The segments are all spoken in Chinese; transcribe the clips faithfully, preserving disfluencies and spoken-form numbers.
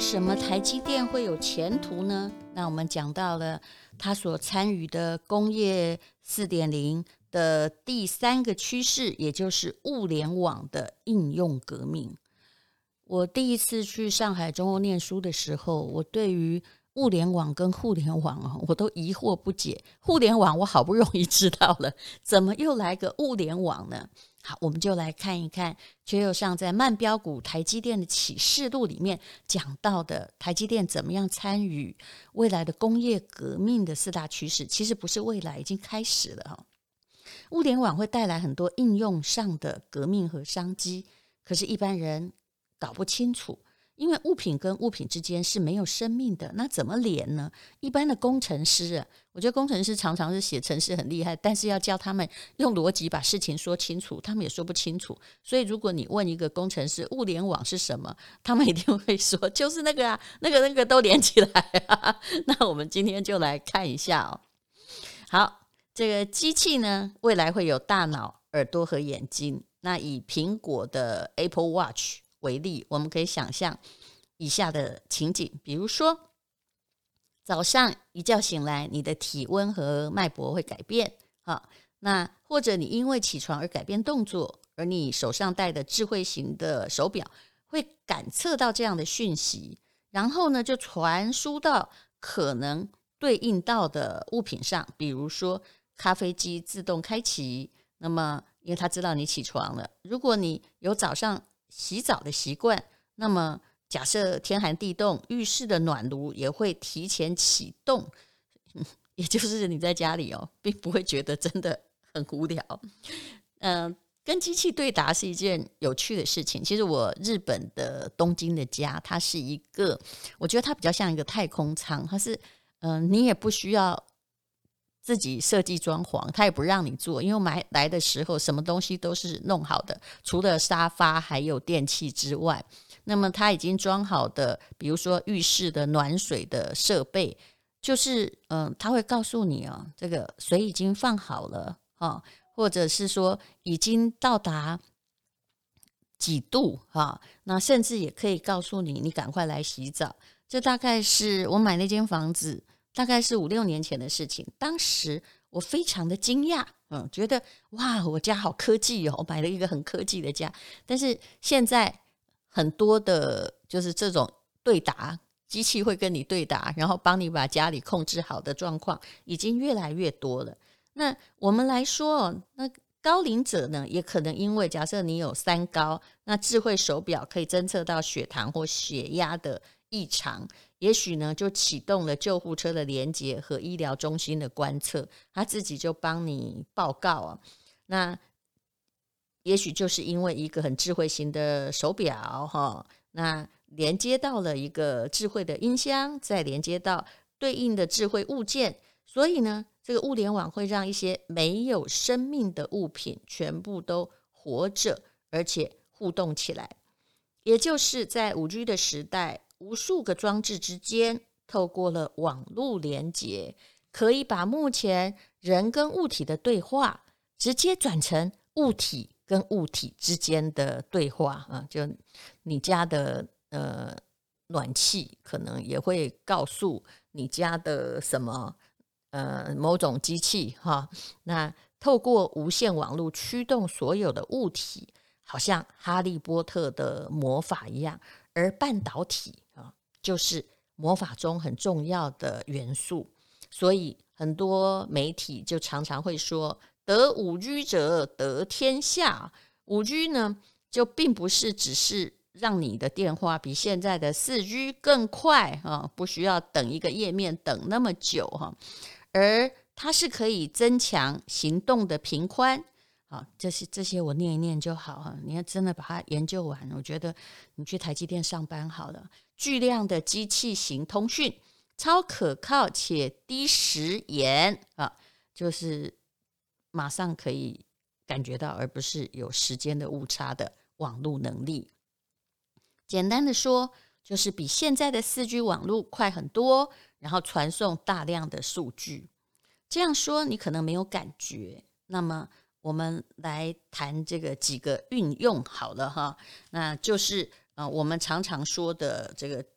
什么台积电会有前途呢？那我们讲到了他所参与的工业 四点零 的第三个趋势，也就是物联网的应用革命。我第一次去上海中欧念书的时候，我对于物联网跟互联网我都疑惑不解。互联网我好不容易知道了，怎么又来个物联网呢？好，我们就来看一看缺友上在慢标股台积电的启示录里面讲到的台积电怎么样参与未来的工业革命的四大趋势。其实不是未来，已经开始了。物联网会带来很多应用上的革命和商机，可是一般人搞不清楚，因为物品跟物品之间是没有生命的，那怎么连呢？一般的工程师啊，我觉得工程师常常是写程式很厉害，但是要教他们用逻辑把事情说清楚，他们也说不清楚。所以如果你问一个工程师物联网是什么，他们一定会说就是那个啊，那个那个都连起来啊。那我们今天就来看一下哦。好，这个机器呢，未来会有大脑、耳朵和眼睛。那以苹果的 Apple Watch 为例，我们可以想象以下的情景，比如说早上一觉醒来，你的体温和脉搏会改变，好，那或者你因为起床而改变动作，而你手上戴的智慧型的手表会感测到这样的讯息，然后呢就传输到可能对应到的物品上，比如说咖啡机自动开启，那么因为它知道你起床了，如果你有早上洗澡的习惯，那么假设天寒地冻，浴室的暖炉也会提前启动，也就是你在家里哦，并不会觉得真的很无聊。嗯、呃，跟机器对答是一件有趣的事情。其实我日本的东京的家，它是一个，我觉得它比较像一个太空舱，它是嗯、呃，你也不需要自己设计装潢，他也不让你做，因为买来的时候什么东西都是弄好的，除了沙发还有电器之外，那么他已经装好的，比如说浴室的暖水的设备，就是嗯、呃，他会告诉你哦，这个水已经放好了哦，或者是说已经到达几度哈，那甚至也可以告诉你，你赶快来洗澡。这大概是我买那间房子。大概是五六年前的事情，当时我非常的惊讶，嗯，觉得哇，我家好科技哦，我买了一个很科技的家。但是现在很多的，就是这种对答机器会跟你对答，然后帮你把家里控制好的状况，已经越来越多了。那我们来说，那高龄者呢，也可能因为假设你有三高，那智慧手表可以侦测到血糖或血压的异常。也许呢，就启动了救护车的连结和医疗中心的观测，他自己就帮你报告啊。那也许就是因为一个很智慧型的手表哈，那连接到了一个智慧的音箱，再连接到对应的智慧物件，所以呢，这个物联网会让一些没有生命的物品全部都活着，而且互动起来。也就是在 五 G 的时代，无数个装置之间透过了网络连接，可以把目前人跟物体的对话直接转成物体跟物体之间的对话啊，就你家的呃暖气可能也会告诉你家的什么呃某种机器哈，那透过无线网络驱动所有的物体，好像哈利波特的魔法一样，而半导体啊，就是魔法中很重要的元素。所以很多媒体就常常会说，得五 G 者得天下。五 G 呢，就并不是只是让你的电话比现在的四 G 更快啊，不需要等一个页面等那么久哈，而它是可以增强行动的频宽。好，这些这些我念一念就好哈。你要真的把它研究完，我觉得你去台积电上班好了。巨量的机器型通讯，超可靠且低时延啊，就是马上可以感觉到，而不是有时间的误差的网络能力。简单的说，就是比现在的 四 G 网络快很多，然后传送大量的数据。这样说你可能没有感觉，那么我们来谈这个几个运用好了哈，那就是呃我们常常说的这个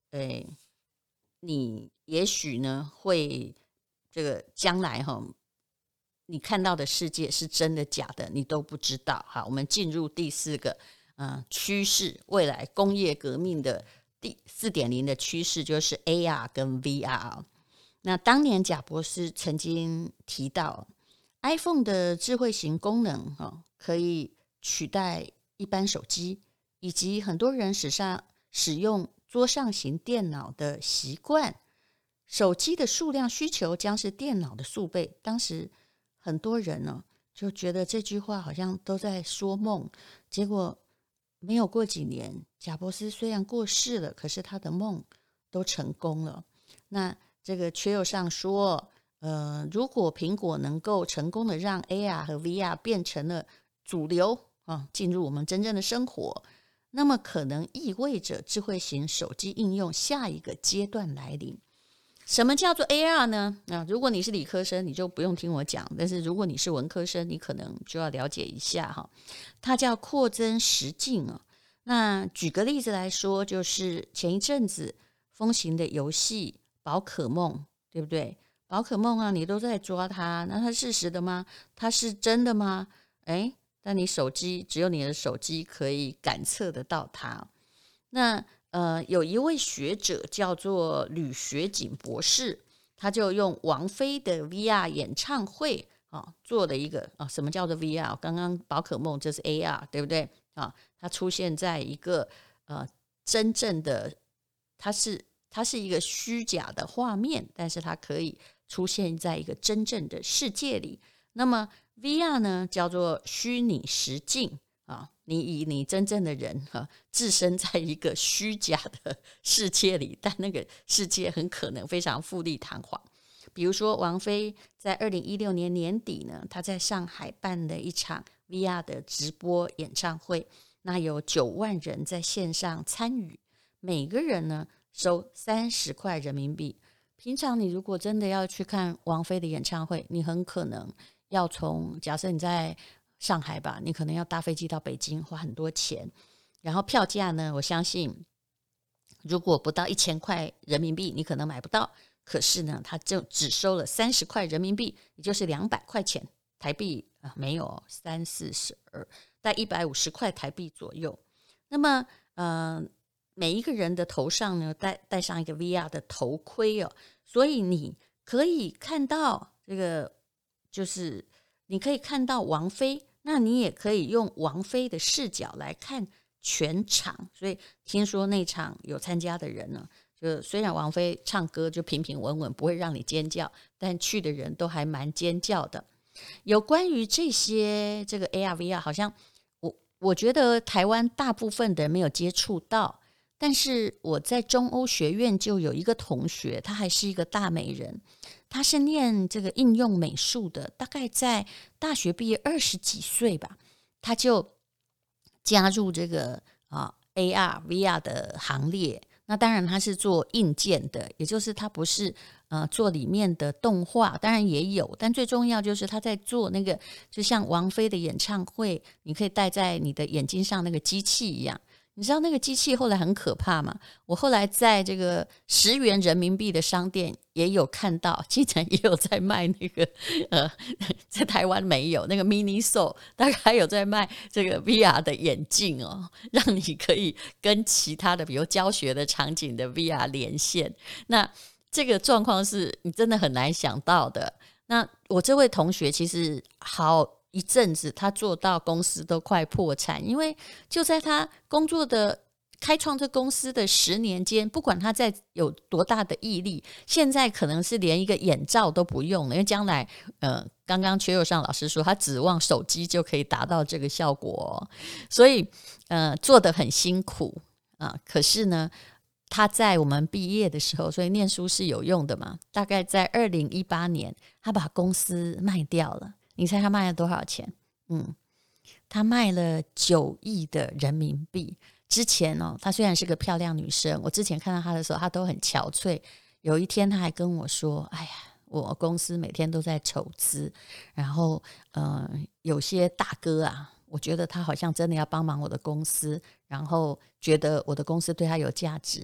诶，你也许呢会这个将来哈，你看到的世界是真的假的，你都不知道。好，我们进入第四个呃趋势，未来工业革命的第 四点零 的趋势就是 A R 跟 V R。那当年贾博士曾经提到 iPhone 的智慧型功能、哦、可以取代一般手机，以及很多人史上使用桌上型电脑的习惯，手机的数量需求将是电脑的数倍。当时很多人呢、哦、就觉得这句话好像都在说梦，结果没有过几年，贾伯斯虽然过世了，可是他的梦都成功了。那这个缺友上说，呃，如果苹果能够成功的让 A R 和 V R 变成了主流啊，进入我们真正的生活，那么可能意味着智慧型手机应用下一个阶段来临。什么叫做 A R 呢？啊，如果你是理科生，你就不用听我讲；但是如果你是文科生，你可能就要了解一下哈。它叫扩增实境啊。那举个例子来说，就是前一阵子风行的游戏宝可梦，对不对？宝可梦啊，你都在抓它，那它是事实的吗？它是真的吗？诶，但你手机只有你的手机可以感测得到它。那呃，有一位学者叫做吕学景博士，他就用王菲的 V R 演唱会啊做的一个啊，什么叫做 V R？ 刚刚宝可梦这是 A R， 对不对啊？它出现在一个呃真正的，它是它是一个虚假的画面，但是它可以出现在一个真正的世界里。那么 V R 呢，叫做虚拟实境啊，你以你真正的人哈，置身在一个虚假的世界里，但那个世界很可能非常富丽堂皇。比如说王菲在二零一六年年底呢，她在上海办了一场 V R 的直播演唱会，那有九万人在线上参与，每个人呢收三十块人民币。平常你如果真的要去看王菲的演唱会，你很可能要从，假设你在上海吧，你可能要搭飞机到北京，花很多钱。然后票价呢，我相信如果不到一千块人民币，你可能买不到。可是呢，他就只收了三十块人民币，也就是两百块钱台币啊，没有三四十二，大概一百五十块台币左右。那么，呃，每一个人的头上呢，戴戴上一个 V R 的头盔哦，所以你可以看到这个，就是你可以看到王菲。那你也可以用王菲的视角来看全场，所以听说那场有参加的人呢，就虽然王菲唱歌就平平稳稳，不会让你尖叫，但去的人都还蛮尖叫的。有关于这些这个 A R V R， 好像我我觉得台湾大部分的人没有接触到，但是我在中欧学院就有一个同学，他还是一个大美人。他是念这个应用美术的，大概在大学毕业二十几岁吧，他就加入这个啊 A R V R 的行列。那当然他是做硬件的，也就是他不是呃做里面的动画，当然也有，但最重要就是他在做那个，就像王菲的演唱会，你可以戴在你的眼睛上那个机器一样。你知道那个机器后来很可怕吗？我后来在这个十元人民币的商店也有看到，竟然也有在卖那个呃，在台湾没有那个 Miniso， 大概还有在卖这个 V R 的眼镜哦，让你可以跟其他的比如教学的场景的 V R 连线。那这个状况是你真的很难想到的。那我这位同学其实好一阵子他做到公司都快破产，因为就在他工作的开创这公司的十年间，不管他在有多大的毅力，现在可能是连一个眼罩都不用了，因为将来呃，刚刚缺友上老师说他指望手机就可以达到这个效果哦，所以呃做得很辛苦啊、呃。可是呢他在我们毕业的时候，所以念书是有用的嘛，大概在二零一八年他把公司卖掉了。你猜他卖了多少钱？嗯，他卖了九亿的人民币。之前哦，她虽然是个漂亮女生，我之前看到她的时候，她都很憔悴。有一天，她还跟我说：“哎呀，我公司每天都在筹资，然后呃，有些大哥啊，我觉得他好像真的要帮忙我的公司，然后觉得我的公司对他有价值。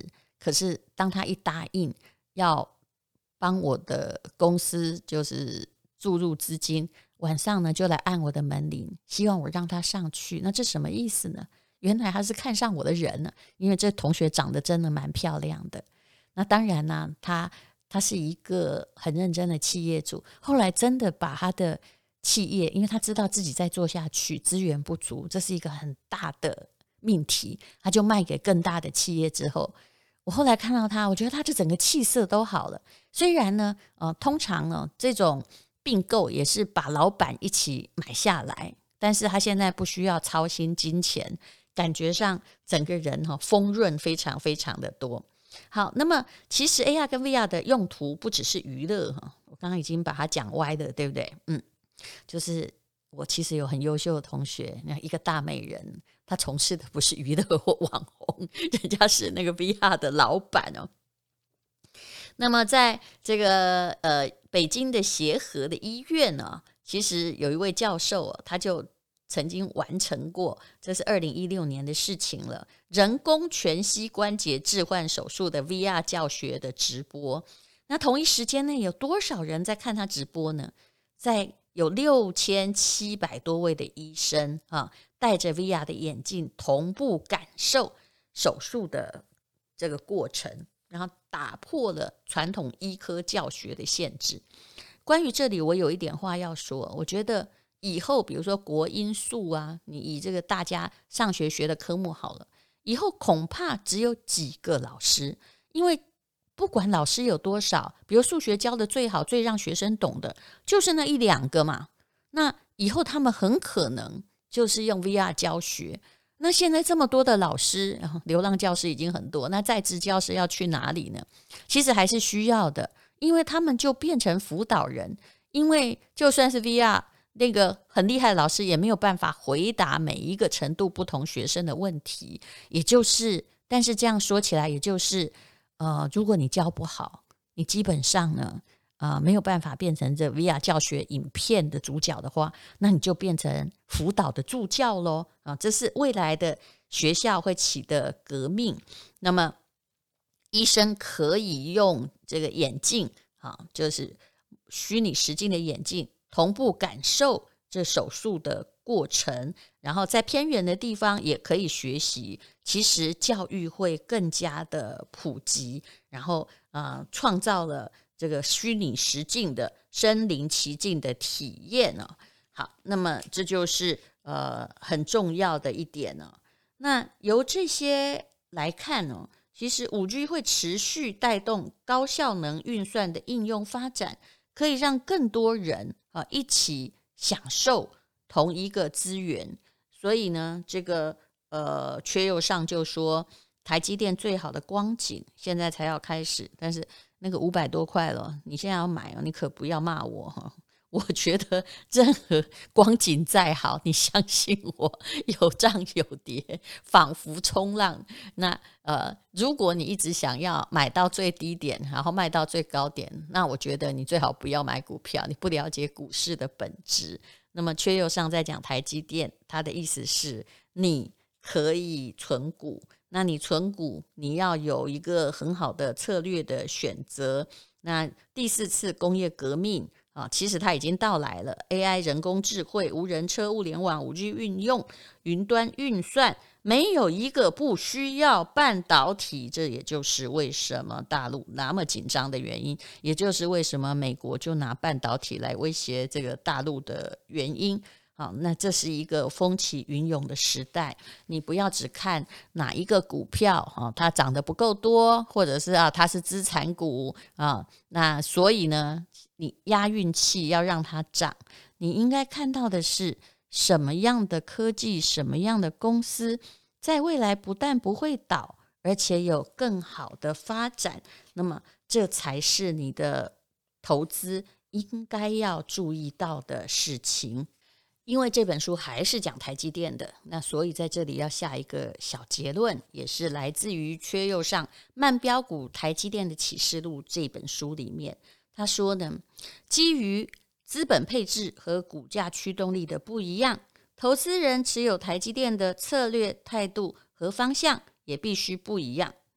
可是当他一答应要帮我的公司就是注入资金，晚上呢就来按我的门铃，希望我让他上去。那这什么意思呢？原来他是看上我的人了，因为这同学长得真的蛮漂亮的。那当然呢、啊，他他是一个很认真的企业主，后来真的把他的企业，因为他知道自己再做下去资源不足，这是一个很大的命题，他就卖给更大的企业之后，我后来看到他，我觉得他这整个气色都好了。虽然呢，呃，通常呢这种并购也是把老板一起买下来，但是他现在不需要操心金钱，感觉上整个人哈、哦、丰润非常非常的多。好，那么其实 A R 跟 V R 的用途不只是娱乐哈，我刚刚已经把它讲歪了，对不对？嗯，就是我其实有很优秀的同学，那一个大美人，他从事的不是娱乐或网红，人家是那个 V R 的老板哦。那么在这个呃北京的协和的医院呢，其实有一位教授、哦、他就曾经完成过，这是二零一六年的事情了，人工全膝关节置换手术的 V R 教学的直播。那同一时间内有多少人在看他直播呢？在有六千七百多位的医生啊，戴着 V R 的眼镜同步感受手术的这个过程，然后打破了传统医科教学的限制。关于这里我有一点话要说，我觉得以后比如说国英数啊，你以这个大家上学学的科目好了，以后恐怕只有几个老师，因为不管老师有多少，比如数学教的最好最让学生懂的就是那一两个嘛，那以后他们很可能就是用 V R 教学。那现在这么多的老师，流浪教师已经很多，那在职教师要去哪里呢？其实还是需要的，因为他们就变成辅导人，因为就算是 V R 那个很厉害的老师也没有办法回答每一个程度不同学生的问题，也就是但是这样说起来，也就是呃，如果你教不好，你基本上呢呃，没有办法变成这 V R 教学影片的主角的话，那你就变成辅导的助教咯、啊、这是未来的学校会起的革命。那么医生可以用这个眼镜、啊、就是虚拟实境的眼镜同步感受这手术的过程，然后在偏远的地方也可以学习，其实教育会更加的普及，然后呃，创造了这个虚拟实境的身临其境的体验哦。好，那么这就是呃很重要的一点哦。那由这些来看哦，其实 五 G 会持续带动高效能运算的应用发展，可以让更多人啊一起享受同一个资源。所以呢，这个呃缺右上就说台积电最好的光景现在才要开始，但是那个五百多块了，你现在要买哦，你可不要骂我哈。我觉得任何光景再好，你相信我，有涨有跌，仿佛冲浪。那呃，如果你一直想要买到最低点，然后卖到最高点，那我觉得你最好不要买股票，你不了解股市的本质。那么缺右上在讲台积电，他的意思是你可以存股，那你存股你要有一个很好的策略的选择。那第四次工业革命啊，其实它已经到来了 ，A I 人工智慧、无人车、物联网、五 G 运用、云端运算，没有一个不需要半导体，这也就是为什么大陆那么紧张的原因，也就是为什么美国就拿半导体来威胁这个大陆的原因。好，那这是一个风起云涌的时代，你不要只看哪一个股票、啊、它涨得不够多，或者是啊它是资产股啊，那所以呢你押运气要让它涨，你应该看到的是什么样的科技，什么样的公司在未来不但不会倒，而且有更好的发展，那么这才是你的投资应该要注意到的事情。因为这本书还是讲台积电的，那所以在这里要下一个小结论，也是来自于缺右上慢标股台积电的启示录这本书里面，他说呢，基于资本配置和股价驱动力的不一样，投资人持有台积电的策略态度和方向也必须不一样。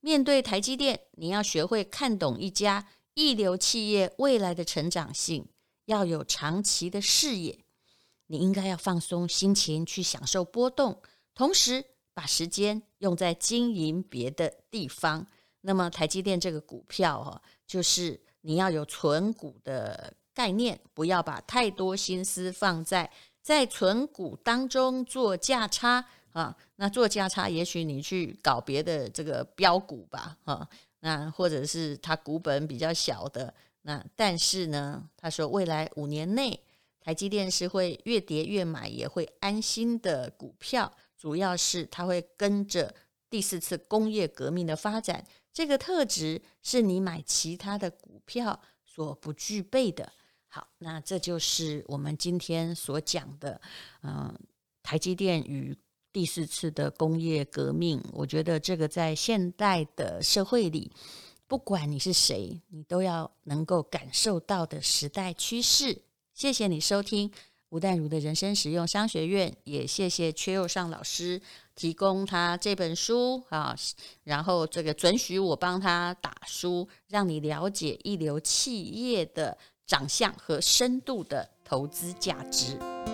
面对台积电，你要学会看懂一家一流企业未来的成长性，要有长期的视野。你应该要放松心情去享受波动，同时把时间用在经营别的地方。那么台积电这个股票、哦、就是你要有存股的概念，不要把太多心思放在在存股当中做价差啊。那做价差也许你去搞别的这个标股吧、啊、那或者是它股本比较小的，那但是呢他说未来五年内台积电是会越跌越买也会安心的股票，主要是它会跟着第四次工业革命的发展，这个特质是你买其他的股票所不具备的。好，那这就是我们今天所讲的、呃、台积电与第四次的工业革命。我觉得这个在现代的社会里，不管你是谁，你都要能够感受到的时代趋势。谢谢你收听吴淡如的人生实用商学院，也谢谢阙佑尚老师提供他这本书、啊、然后这个准许我帮他打书，让你了解一流企业的长相和深度的投资价值。